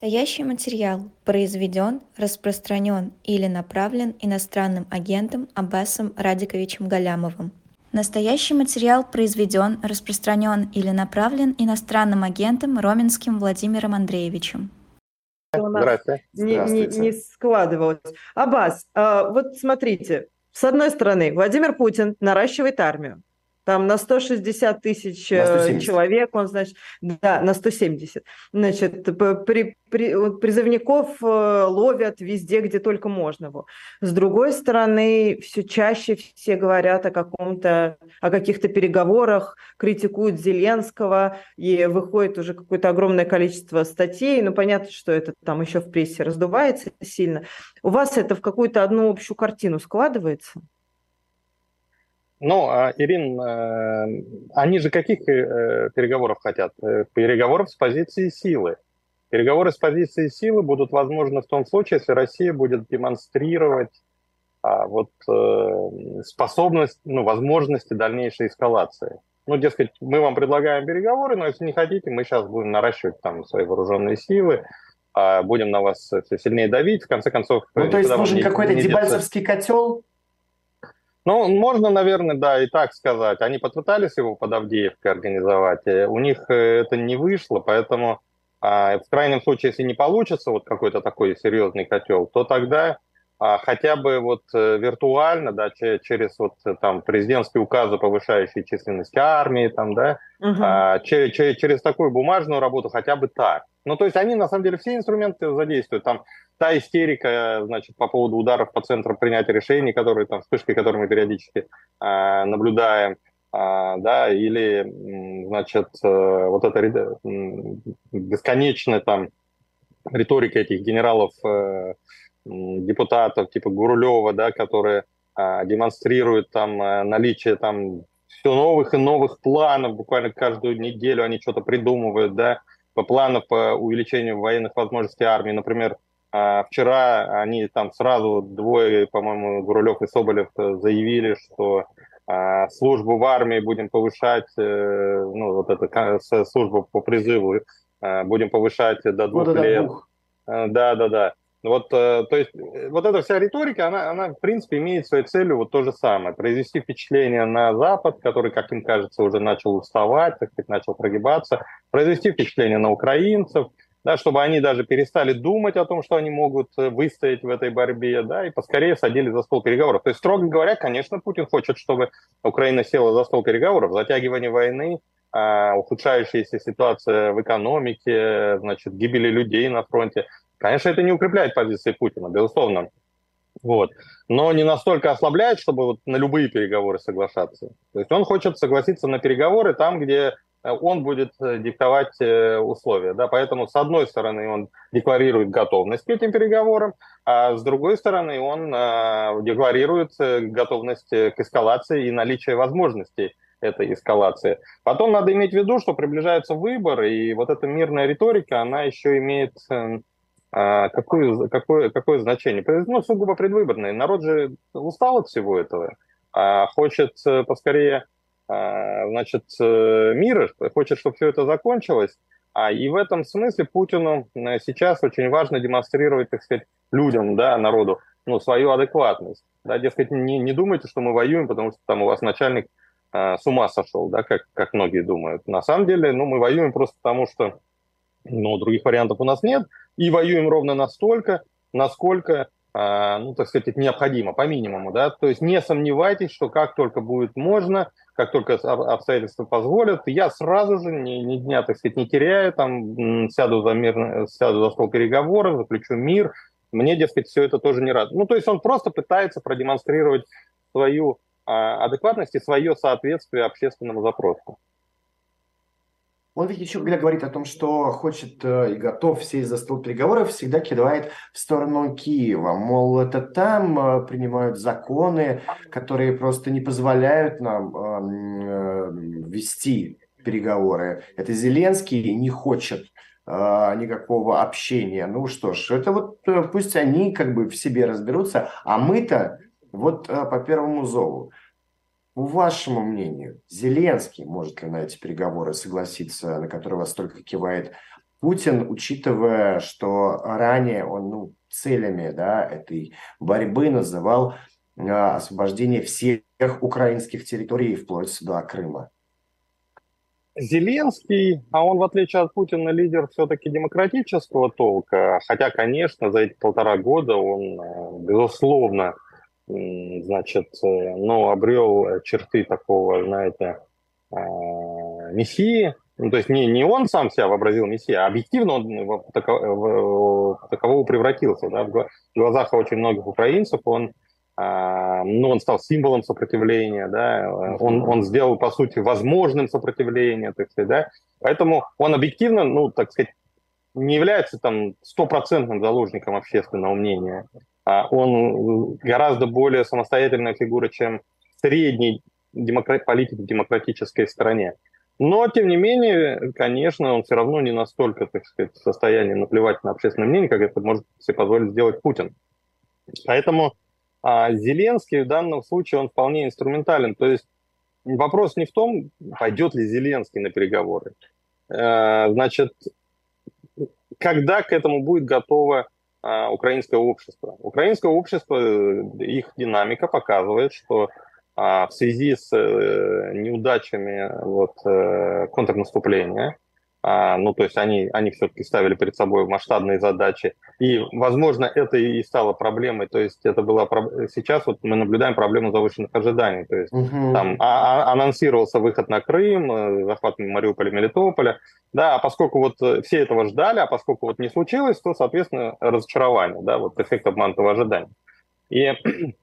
Настоящий материал произведен, распространен или направлен иностранным агентом Аббасом Радиковичем Галямовым. Настоящий материал произведен, распространен или направлен иностранным агентом Роменским Владимиром Андреевичем. У нас Здравствуйте. не складывалось. Аббас, вот смотрите, с одной стороны, Владимир Путин наращивает армию. Там на 160 тысяч На 170. человек, он, значит, да, на 170. Значит, вот призывников ловят везде, где только можно. С другой стороны, все чаще все говорят о каких-то переговорах, критикуют Зеленского, и выходит уже какое-то огромное количество статей. Ну, понятно, что это там еще в прессе раздувается сильно. У вас это в какую-то одну общую картину складывается? Ну, Ирин, они же каких переговоров хотят? Переговоров с позиции силы. Переговоры с позиции силы будут возможны в том случае, если Россия будет демонстрировать способность, возможности дальнейшей эскалации. Ну, дескать, мы вам предлагаем переговоры, но если не хотите, мы сейчас будем наращивать там свои вооруженные силы, будем на вас все сильнее давить, в конце концов... Ну, то есть нужен какой-то дебальцевский котел? Ну, можно, наверное, да, и так сказать. Они попытались его под Авдеевкой организовать, у них это не вышло, поэтому в крайнем случае, если не получится вот какой-то такой серьезный котел, то тогда хотя бы вот виртуально, да, через вот там президентские указы, повышающие численность армии, там, да, через такую бумажную работу хотя бы так. Ну, то есть они, на самом деле, все инструменты задействуют. Там та истерика, значит, по поводу ударов по центрам принятия решений, которые там, вспышки, которые мы периодически наблюдаем, да, или, значит, вот эта бесконечная там риторика этих генералов, депутатов типа Гурулева, да, которые демонстрируют там наличие там все новых и новых планов, буквально каждую неделю они что-то придумывают, да, по планам по увеличению военных возможностей армии. Например, вчера они там сразу двое, по-моему, Гурулев и Соболев заявили, что службу в армии будем повышать, ну, вот эту службу по призыву будем повышать до 2 лет. Да. Вот, то есть, вот эта вся риторика, она, в принципе, имеет своей целью вот то же самое. Произвести впечатление на Запад, который, как им кажется, уже начал уставать, так сказать, начал прогибаться. Произвести впечатление на украинцев, да, чтобы они даже перестали думать о том, что они могут выстоять в этой борьбе, да, и поскорее садились за стол переговоров. То есть, строго говоря, конечно, Путин хочет, чтобы Украина села за стол переговоров. Затягивание войны, ухудшающаяся ситуация в экономике, значит, гибели людей на фронте. Конечно, это не укрепляет позиции Путина, безусловно. Вот. Но не настолько ослабляет, чтобы вот на любые переговоры соглашаться. То есть он хочет согласиться на переговоры там, где он будет диктовать условия. Да? Поэтому, с одной стороны, он декларирует готовность к этим переговорам, а с другой стороны, он декларирует готовность к эскалации и наличие возможностей этой эскалации. Потом надо иметь в виду, что приближаются выборы, и вот эта мирная риторика, она еще имеет какое значение? Ну, сугубо предвыборное. Народ же устал от всего этого, хочет поскорее, значит, мира, хочет, чтобы все это закончилось. И в этом смысле Путину сейчас очень важно демонстрировать, так сказать, людям, да, народу, ну, свою адекватность. Да, дескать, не думайте, что мы воюем, потому что там у вас начальник с ума сошел, да, как многие думают. На самом деле, ну, мы воюем просто потому, что других вариантов у нас нет, и воюем ровно настолько, насколько, ну, так сказать, это необходимо, по минимуму, да, то есть не сомневайтесь, что как только будет можно, как только обстоятельства позволят, я сразу же, ни дня, так сказать, не теряя, там, сяду за стол переговоров, заключу мир, мне, дескать, все это тоже не рад. Ну, то есть он просто пытается продемонстрировать свою адекватность и свое соответствие общественному запросу. Он ведь еще, когда говорит о том, что хочет и готов сесть за стол переговоров, всегда кидает в сторону Киева. Мол, это там принимают законы, которые просто не позволяют нам вести переговоры. Это Зеленский не хочет никакого общения. Ну что ж, это вот пусть они как бы в себе разберутся, а мы-то вот по первому зову. По вашему мнению, Зеленский может ли на эти переговоры согласиться, на которые вас только кивает Путин, учитывая, что ранее он, ну, целями, да, этой борьбы называл освобождение всех украинских территорий вплоть до Крыма. Зеленский, а он, в отличие от Путина, лидер все-таки демократического толка, хотя, конечно, за эти 1,5 года он, безусловно, значит, ну, обрел черты такого, знаете, мессии. Ну, то есть не он сам себя вообразил мессией, а объективно он в такового превратился. Да? В глазах очень многих украинцев он, ну, он стал символом сопротивления, да? Он сделал, по сути, возможным сопротивление, так сказать, да? Поэтому он объективно, ну, так сказать, не является там стопроцентным заложником общественного мнения. Он гораздо более самостоятельная фигура, чем средний политик в демократической стране. Но, тем не менее, конечно, он все равно не настолько, так сказать, в состоянии наплевать на общественное мнение, как это может себе позволить сделать Путин. Поэтому Зеленский в данном случае, он вполне инструментален. То есть вопрос не в том, пойдет ли Зеленский на переговоры. Значит, когда к этому будет готово украинское общество. Украинское общество, их динамика показывает, что в связи с неудачами контрнаступления, ну, то есть они все-таки ставили перед собой масштабные задачи, и, возможно, это и стало проблемой, то есть это была сейчас вот мы наблюдаем проблему завышенных ожиданий, то есть там анонсировался выход на Крым, захват Мариуполя, Мелитополя, да, а поскольку вот все этого ждали, а поскольку вот не случилось, то, соответственно, разочарование, да, вот эффект обманутого ожидания. И,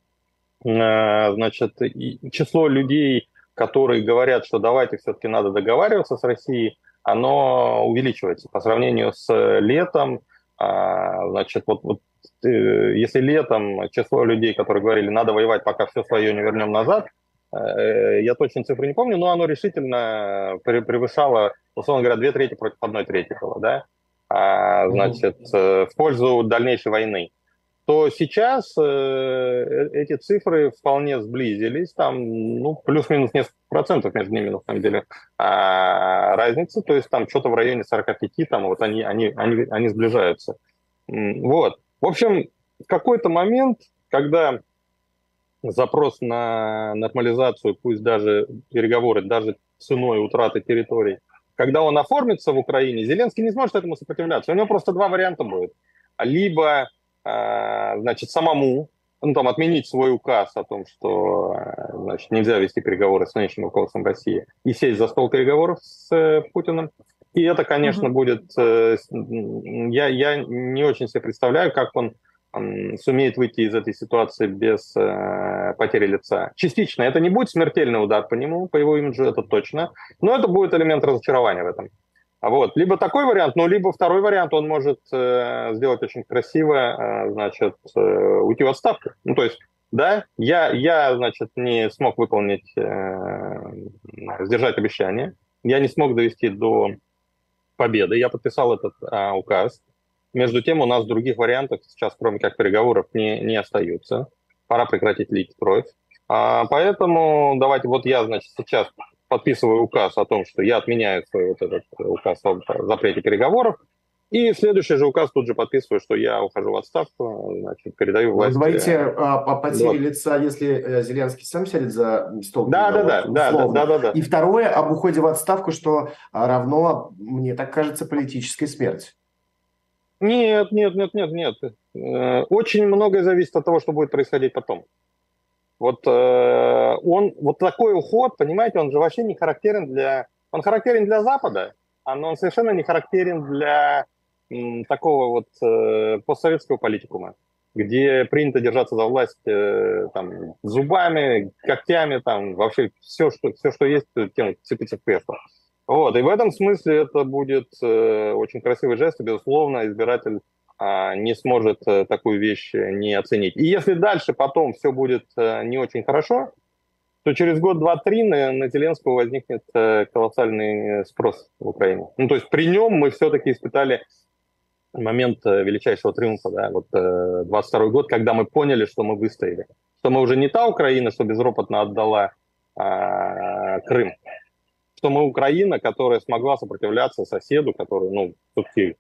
значит, число людей, которые говорят, что давайте все-таки надо договариваться с Россией, оно увеличивается по сравнению с летом. Значит, если летом число людей, которые говорили, надо воевать, пока все свое не вернем назад, я точно цифры не помню, но оно решительно превышало, условно говоря, 2/3 против 1/3 было, да? Значит, в пользу дальнейшей войны. То сейчас эти цифры вполне сблизились, там, ну, плюс-минус несколько процентов между ними, на самом деле, разница, то есть там что-то в районе 45, там вот они сближаются. Вот. В общем, в какой-то момент, когда запрос на нормализацию, пусть даже переговоры, даже ценой утраты территорий, когда он оформится в Украине, Зеленский не сможет этому сопротивляться. У него просто два варианта будет. Либо значит, самому, ну, там, отменить свой указ о том, что, значит, нельзя вести переговоры с нынешним руководством России и сесть за стол переговоров с Путиным. И это, конечно, будет... Я не очень себе представляю, как он сумеет выйти из этой ситуации без потери лица. Частично это не будет смертельный удар по нему, по его имиджу, это точно, но это будет элемент разочарования в этом. Вот. Либо такой вариант, ну, либо второй вариант, он может сделать очень красиво, значит, уйти в отставку. Ну, то есть, да, я значит, не смог выполнить, сдержать обещание, я не смог довести до победы, я подписал этот указ. Между тем, у нас других вариантов сейчас, кроме как переговоров, не остается. Пора прекратить лить кровь. Поэтому давайте, вот я, значит, сейчас подписываю указ о том, что я отменяю свой вот этот указ о запрете переговоров, и следующий же указ тут же подписываю, что я ухожу в отставку, значит, передаю власть. Вы говорите о потере лица, если Зеленский сам сядет за стол переговоров, да. И второе, об уходе в отставку, что равно, мне так кажется, политической смерти. Нет. Очень многое зависит от того, что будет происходить потом. Вот вот такой уход, понимаете, он же вообще не характерен он характерен для Запада, но он совершенно не характерен для такого вот постсоветского политикума, где принято держаться за власть там, зубами, когтями, там вообще все, что есть, тем цепиться в кресло. Вот, и в этом смысле это будет очень красивый жест, и, безусловно, избиратель не сможет такую вещь не оценить. И если дальше потом все будет не очень хорошо, то через год, два, три на Зеленского возникнет колоссальный спрос в Украине. Ну, то есть при нем мы все-таки испытали момент величайшего триумфа, да, вот 22 год, когда мы поняли, что мы выстояли, что мы уже не та Украина, что безропотно отдала Крым, что мы Украина, которая смогла сопротивляться соседу, который, ну, все-таки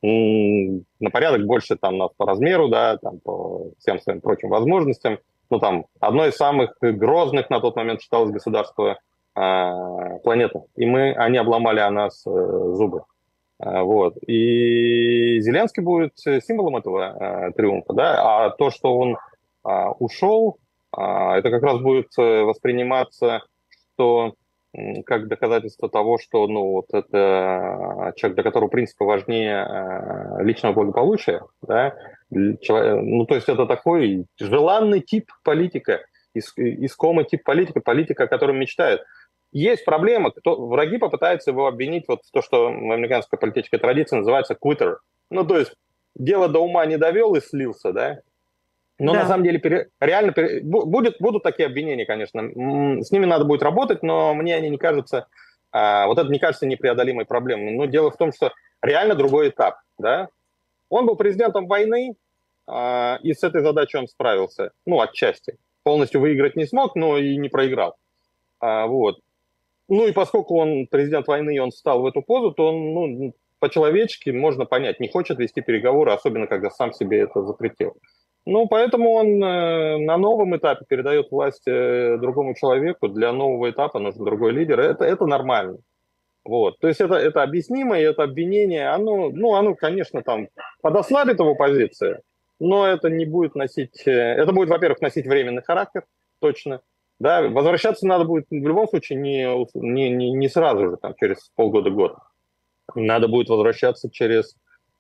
на порядок больше там нас по размеру, да, там по всем своим прочим возможностям. Ну, там, одно из самых грозных на тот момент считалось государство планеты. И они обломали о нас зубы. Вот. И Зеленский будет символом этого триумфа, да, а то, что он ушел, это как раз будет восприниматься, что как доказательство того, что, ну, вот это человек, для которого принципы важнее личного благополучия, да, ну, то есть это такой желанный тип политика, искомый тип политика, политика, о котором мечтают. Есть проблема, враги попытаются его обвинить вот в то, что в американской политической традиции называется quitter. Ну, то есть дело до ума не довел и слился, да. Но Да. на самом деле реально будут такие обвинения, конечно. С ними надо будет работать, но мне они не кажутся, вот это не кажется непреодолимой проблемой. Но дело в том, что реально другой этап, да. Он был президентом войны, и с этой задачей он справился, ну, отчасти. Полностью выиграть не смог, но и не проиграл. Вот. Ну и поскольку он президент войны, и он встал в эту позу, то он, ну, по-человечески можно понять, не хочет вести переговоры, особенно когда сам себе это запретил. Ну, поэтому он на новом этапе передает власть другому человеку. Для нового этапа нужен другой лидер. Это нормально. Вот. То есть это объяснимо, и это обвинение, оно, конечно, там подослабит его позиции, но это не будет носить... Это будет, во-первых, носить временный характер, точно. Да, возвращаться надо будет в любом случае не сразу же, там, через полгода-год. Надо будет возвращаться через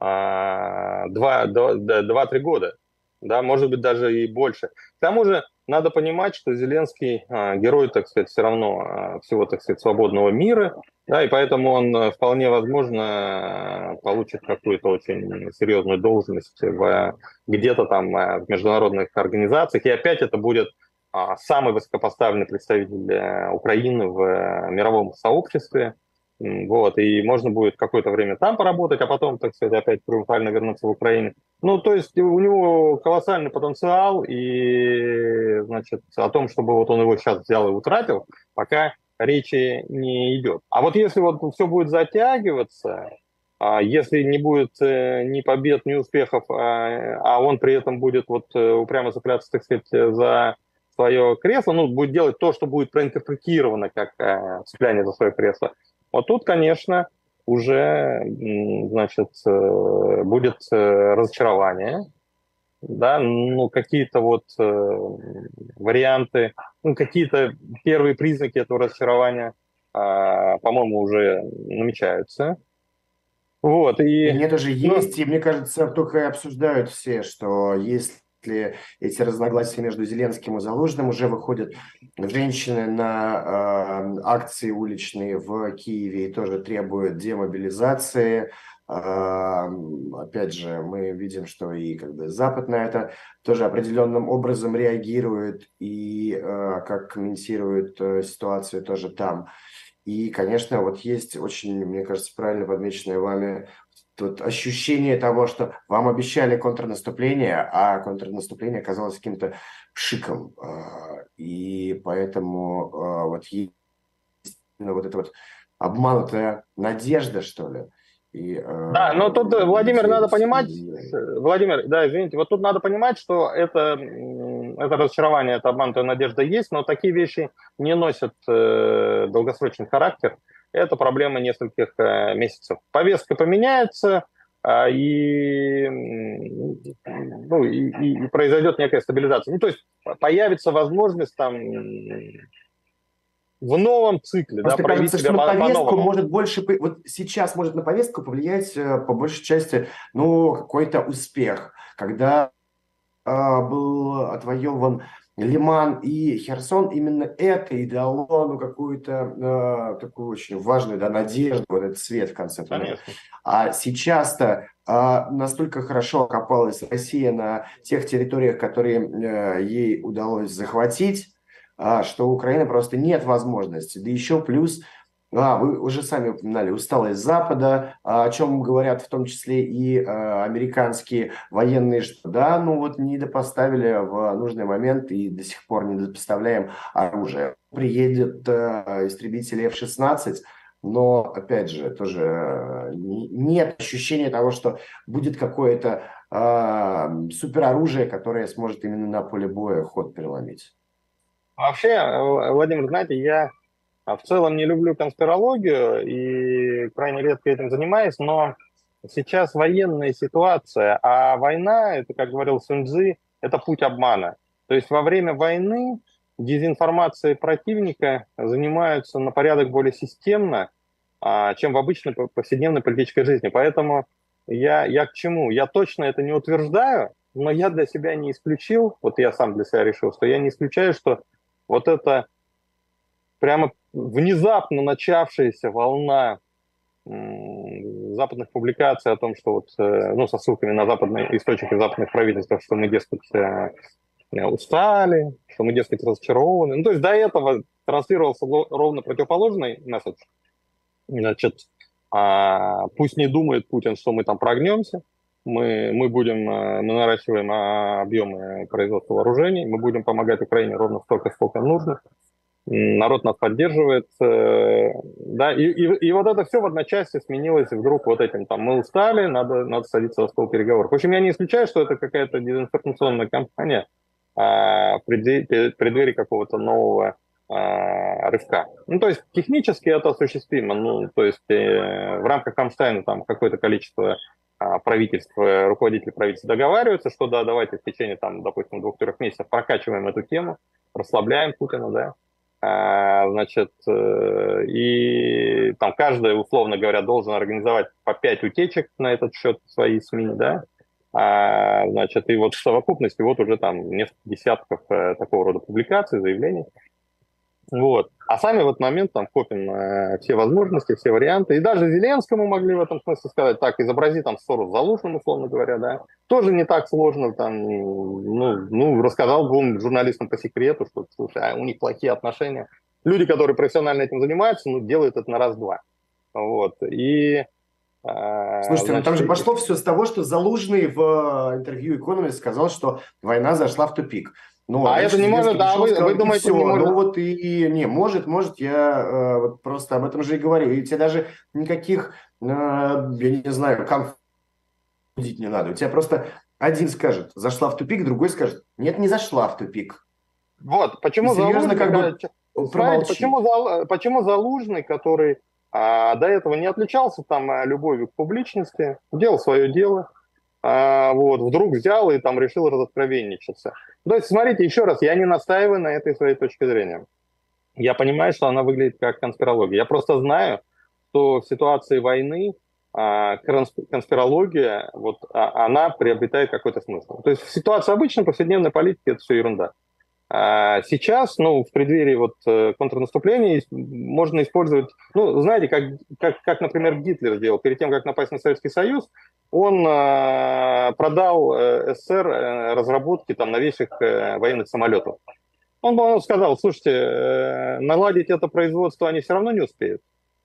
2-3 года. Да, может быть, даже и больше. К тому же надо понимать, что Зеленский герой, так сказать, все равно всего, так сказать, свободного мира, да, и поэтому он вполне возможно получит какую-то очень серьезную должность где-то там в международных организациях, и опять это будет самый высокопоставленный представитель Украины в мировом сообществе. Вот, и можно будет какое-то время там поработать, а потом, так сказать, опять триумфально вернуться в Украину. Ну, то есть у него колоссальный потенциал, и, значит, о том, чтобы вот он его сейчас взял и утратил, пока речи не идет. А вот если вот все будет затягиваться, если не будет ни побед, ни успехов, а он при этом будет вот упрямо цепляться, так сказать, за свое кресло, ну, будет делать то, что будет проинтерпретировано как цепляние за свое кресло, вот тут, конечно, уже, значит, будет разочарование, да, ну, какие-то вот варианты, ну, какие-то первые признаки этого разочарования, по-моему, уже намечаются. Вот, И мне тоже есть, и мне кажется, только и обсуждают все, что если эти разногласия между Зеленским и Залужным, уже выходят женщины на акции уличные в Киеве и тоже требуют демобилизации. Опять же, мы видим, что и как бы Запад на это тоже определенным образом реагирует и как комментирует ситуацию тоже там. И, конечно, вот есть очень, мне кажется, правильно подмеченное вами тут ощущение того, что вам обещали контрнаступление, а контрнаступление оказалось каким-то пшиком. И поэтому вот есть вот эта вот обманутая надежда, что ли. Да, но тут, Владимир, надо понимать, Владимир, да, извините, вот тут надо понимать, что это разочарование, это обманутая надежда есть, но такие вещи не носят долгосрочный характер. Это проблема нескольких месяцев. Повестка поменяется, и произойдет некая стабилизация. Ну, то есть появится возможность там в новом цикле, просто да, проявить кажется, себя что на повестку по-новому. может больше, вот сейчас может на повестку повлиять по большей части, ну, какой-то успех, когда был отвоеван Лиман и Херсон, именно это и дало ну, какую-то такую очень важную надежду, вот этот свет в конце туннеля. А сейчас-то настолько хорошо окопалась Россия на тех территориях, которые ей удалось захватить, что у Украины просто нет возможности. Да еще плюс Вы уже сами упоминали усталость Запада, о чем говорят в том числе и американские военные, что да, ну вот не допоставили в нужный момент и до сих пор не допоставляем оружие. Приедет истребители F-16, но, опять же, тоже нет ощущения того, что будет какое-то супероружие, которое сможет именно на поле боя ход переломить. Вообще, Владимир, знаете, я в целом не люблю конспирологию и крайне редко этим занимаюсь, но сейчас военная ситуация, а война, это, как говорил Сунь Цзы, это путь обмана. То есть во время войны дезинформацией противника занимаются на порядок более системно, чем в обычной повседневной политической жизни. Поэтому я к чему? Я точно это не утверждаю, но я для себя не исключил, вот я сам для себя решил, что я не исключаю, что вот это прямо внезапно начавшаяся волна западных публикаций о том, что вот, ну, со ссылками на западные источники западных правительств, что мы, дескать, устали, что мы, дескать, разочарованы. Ну, то есть до этого транслировался ровно противоположный месседж. Значит, пусть не думает Путин, что мы там прогнемся, мы наращиваем объемы производства вооружений, мы будем помогать Украине ровно столько, сколько нужно. Народ нас поддерживает, да, и вот это все в одночасье сменилось вдруг вот этим, там, мы устали, надо садиться за стол переговоров. В общем, я не исключаю, что это какая-то дезинформационная кампания в преддверии какого-то нового рывка. Ну, то есть технически это осуществимо, ну, то есть в рамках Рамштайна там какое-то количество правительств, руководителей правительств договариваются, что да, давайте в течение, там, допустим, 2-3 месяцев прокачиваем эту тему, расслабляем Путина, да, значит, и там каждый, условно говоря, должен организовать по 5 утечек на этот счет свои СМИ, да, значит, и вот в совокупности вот уже там несколько десятков такого рода публикаций, заявлений. Вот. А сами в этот момент там копим все возможности, все варианты. И даже Зеленскому могли в этом смысле сказать, так, изобрази там ссору с Залужным, условно говоря, да. Тоже не так сложно, там, ну, рассказал двум журналистам по секрету, что, слушай, у них плохие отношения. Люди, которые профессионально этим занимаются, ну, делают это на раз-два. Вот. И, Слушайте, ну значит, там же пошло все с того, что Залужный в интервью Economist сказал, что война зашла в тупик. Ну, а дальше это не может, Зеленский пришел, вы сказал, и думаете, все. не может? Ну вот и не, может, я вот просто об этом же и говорю. И тебе даже никаких, я не знаю, конфликтов не надо. У тебя просто один скажет, зашла в тупик, другой скажет, нет, не зашла в тупик. Вот, И почему серьезно Залужный, как бы смотрите, промолчи. почему Залужный, который до этого не отличался там любовью к публичности, делал свое дело, вот, вдруг взял и там решил разоткровенничаться. То есть, смотрите, еще раз, я не настаиваю на этой своей точке зрения. Я понимаю, что она выглядит как конспирология. Я просто знаю, что в ситуации войны конспирология, вот, она приобретает какой-то смысл. То есть в ситуации обычной повседневной политики это все ерунда. Сейчас, ну, в преддверии вот контрнаступления можно использовать, ну, знаете, как, например, Гитлер делал. Перед тем, как напасть на Советский Союз, он продал СССР разработки там новейших военных самолетов. Он сказал, слушайте, наладить это производство они все равно не успеют.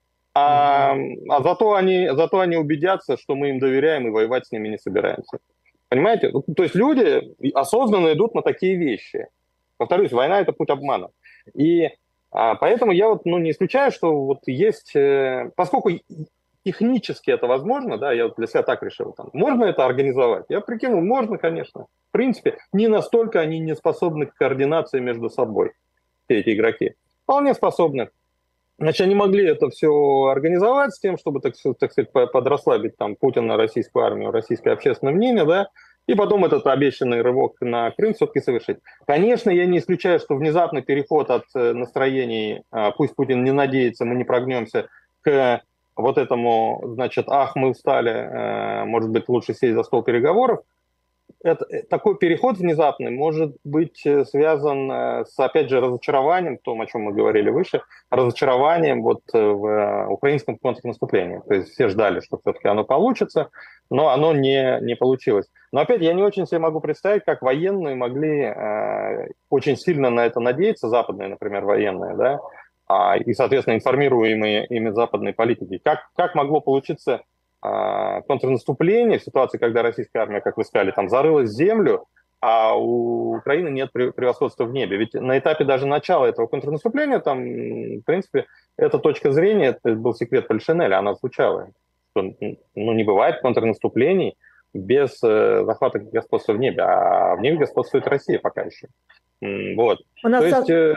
Зато они убедятся, что мы им доверяем и воевать с ними не собираемся. Понимаете? То есть люди осознанно идут на такие вещи. Повторюсь, война – это путь обмана. И поэтому я вот, ну, не исключаю, что вот есть, поскольку технически это возможно, да, я вот для себя так решил, там, можно это организовать? Я прикинул, можно, конечно. В принципе, не настолько они не способны к координации между собой, все эти игроки. Вполне способны. Значит, они могли это все организовать с тем, чтобы, так сказать, подрасслабить там Путина, российскую армию, российское общественное мнение, да, и потом этот обещанный рывок на Крым все-таки совершить. Конечно, я не исключаю, что внезапный переход от настроений «пусть Путин не надеется, мы не прогнемся» к вот этому, значит, «ах, мы устали, может быть, лучше сесть за стол переговоров», такой переход внезапный может быть связан с, опять же, разочарованием, том, о чем мы говорили выше, разочарованием вот в украинском контрнаступлении. То есть все ждали, что все-таки оно получится, но оно не получилось. Но опять я не очень себе могу представить, как военные могли очень сильно на это надеяться, западные, например, военные, да, и, соответственно, информируемые ими западной политики. Как могло получиться контрнаступление в ситуации, когда российская армия, как вы сказали, там зарылась в землю, а у Украины нет превосходства в небе? Ведь на этапе даже начала этого контрнаступления, там, в принципе, эта точка зрения, это был секрет Полишинеля, она звучала, что не бывает контрнаступлений без захвата господства в небе, а в небе господствует Россия пока еще. Вот. У нас То есть...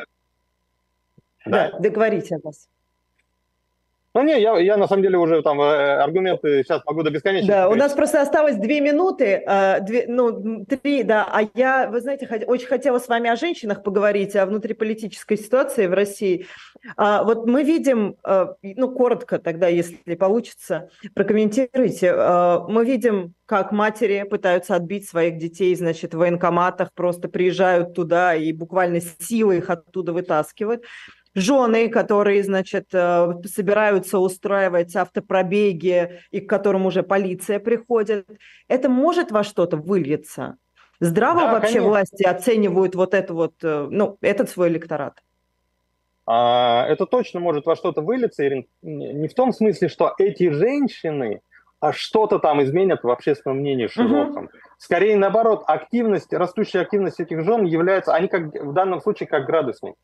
Да, договорите вас. Ну, не, я на самом деле уже там аргументы сейчас могу до бесконечности. Да, у нас просто осталось 2 минуты, 3, да, а я, вы знаете, очень хотела с вами о женщинах поговорить, о внутриполитической ситуации в России. Вот мы видим, коротко тогда, если получится, прокомментируйте, мы видим, как матери пытаются отбить своих детей, значит, в военкоматах, просто приезжают туда и буквально силой их оттуда вытаскивают. Жены, которые, значит, собираются устраивать автопробеги, и к которым уже полиция приходит. Это может во что-то выльется? Здраво вообще конечно. власти оценивают вот это вот, этот свой электорат? Это точно может во что-то вылиться, Ирина, не в том смысле, что эти женщины что-то там изменят в общественном мнении широком. Скорее наоборот, растущая активность этих жен является, они как в данном случае как градусник.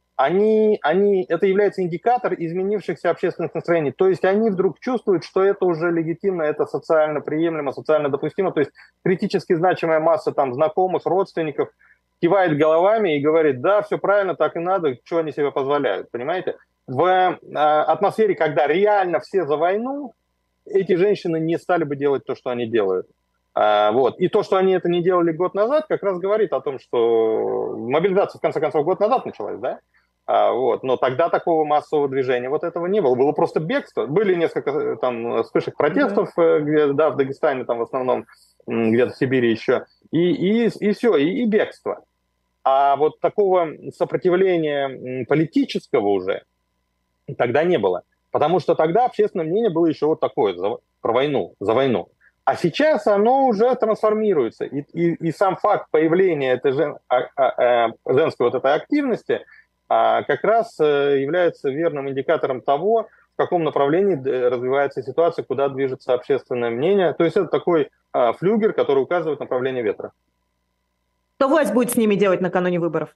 Это является индикатор изменившихся общественных настроений. То есть они вдруг чувствуют, что это уже легитимно, это социально приемлемо, социально допустимо. То есть критически значимая масса там знакомых, родственников кивает головами и говорит, да, все правильно, так и надо, что они себе позволяют, понимаете? В атмосфере, когда реально все за войну, эти женщины не стали бы делать то, что они делают. Вот. И то, что они это не делали год назад, как раз говорит о том, что мобилизация, в конце концов, год назад началась, да? Вот. Но тогда такого массового движения вот этого не было. Было просто бегство. Были несколько там вспышек протестов, в Дагестане там в основном, где-то в Сибири еще. И все, и бегство. А вот такого сопротивления политического уже тогда не было. Потому что тогда общественное мнение было еще вот такое, про войну, за войну. А сейчас оно уже трансформируется. И сам факт появления этой женской вот этой активности как раз является верным индикатором того, в каком направлении развивается ситуация, куда движется общественное мнение. То есть это такой флюгер, который указывает направление ветра. Что власть будет с ними делать накануне выборов?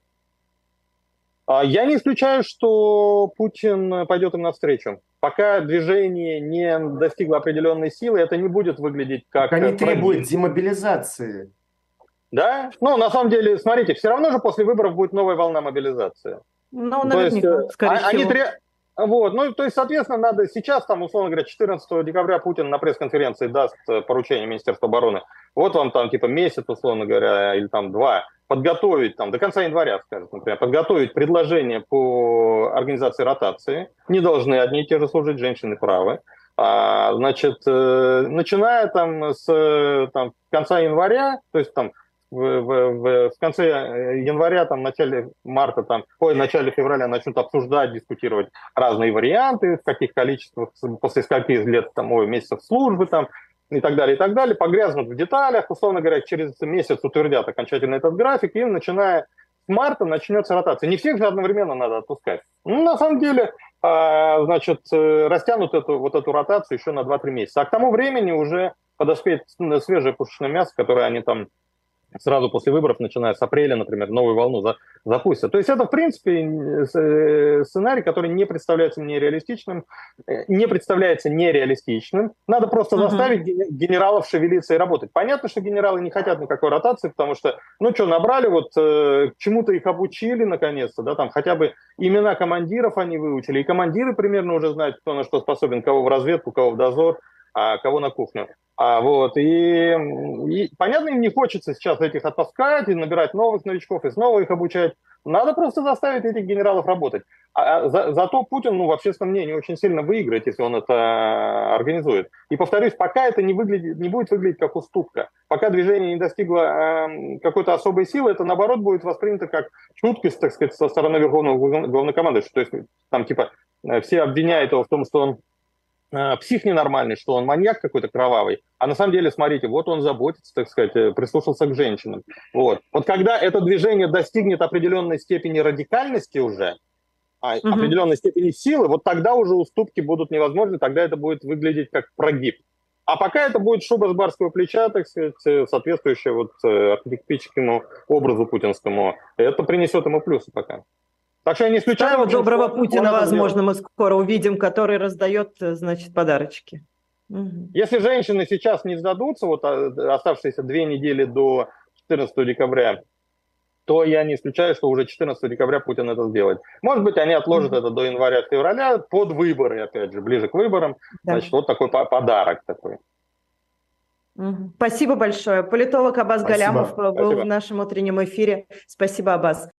Я не исключаю, что Путин пойдет им навстречу. Пока движение не достигло определенной силы, это не будет выглядеть как... Они требуют демобилизации. Да? На самом деле, смотрите, все равно же после выборов будет новая волна мобилизации. Наверняка, скорее всего. Вот, то есть, соответственно, надо сейчас, там, условно говоря, 14 декабря Путин на пресс-конференции даст поручение Министерству обороны. Вот вам там типа месяц, условно говоря, или там 2, подготовить там до конца января, скажем, например, подготовить предложение по организации ротации. Не должны одни и те же служить, женщины правы. Значит, начиная там с конца января, то есть там в конце января, там, начале февраля начнут обсуждать, дискутировать разные варианты, в каких количествах, после скольких лет, месяцев службы, там, и так далее, погрязнут в деталях, условно говоря, через месяц утвердят окончательно этот график, и начиная с марта начнется ротация. Не всех же одновременно надо отпускать. На самом деле, растянут эту ротацию еще на 2-3 месяца. А к тому времени уже подоспеет свежее пушечное мясо, которое они там сразу после выборов, начиная с апреля, например, новую волну запустят. То есть это, в принципе, сценарий, который не представляется мне реалистичным, Надо просто заставить генералов шевелиться и работать. Понятно, что генералы не хотят никакой ротации, потому что, набрали, к чему-то их обучили, наконец-то, да, там хотя бы имена командиров они выучили, и командиры примерно уже знают, кто на что способен, кого в разведку, кого в дозор, а кого на кухню. И понятно, им не хочется сейчас этих отпускать и набирать новых новичков и снова их обучать. Надо просто заставить этих генералов работать. Зато Путин, в общественном мнении очень сильно выиграет, если он это организует. И повторюсь, пока это не будет выглядеть как уступка, пока движение не достигло какой-то особой силы, это наоборот будет воспринято как чуткость, так сказать, со стороны верховного главнокомандующего. То есть там типа все обвиняют его в том, что он псих ненормальный, что он маньяк какой-то кровавый, а на самом деле, смотрите, вот он заботится, так сказать, прислушался к женщинам. Вот когда это движение достигнет определенной степени радикальности уже, определенной степени силы, вот тогда уже уступки будут невозможны, тогда это будет выглядеть как прогиб. А пока это будет шуба с барского плеча, так сказать, соответствующая вот архитектурному образу путинскому. Это принесет ему плюсы пока. Так что я не исключаю... Самого доброго что Путина, он возможно, мы скоро увидим, который раздает, значит, подарочки. Если женщины сейчас не сдадутся, вот оставшиеся 2 недели до 14 декабря, то я не исключаю, что уже 14 декабря Путин это сделает. Может быть, они отложат это до января-февраля под выборы, опять же, ближе к выборам. Да. Значит, вот такой подарок такой. Спасибо большое. Политолог Аббас Галямов был Спасибо. в нашем утреннем эфире. Спасибо, Аббас.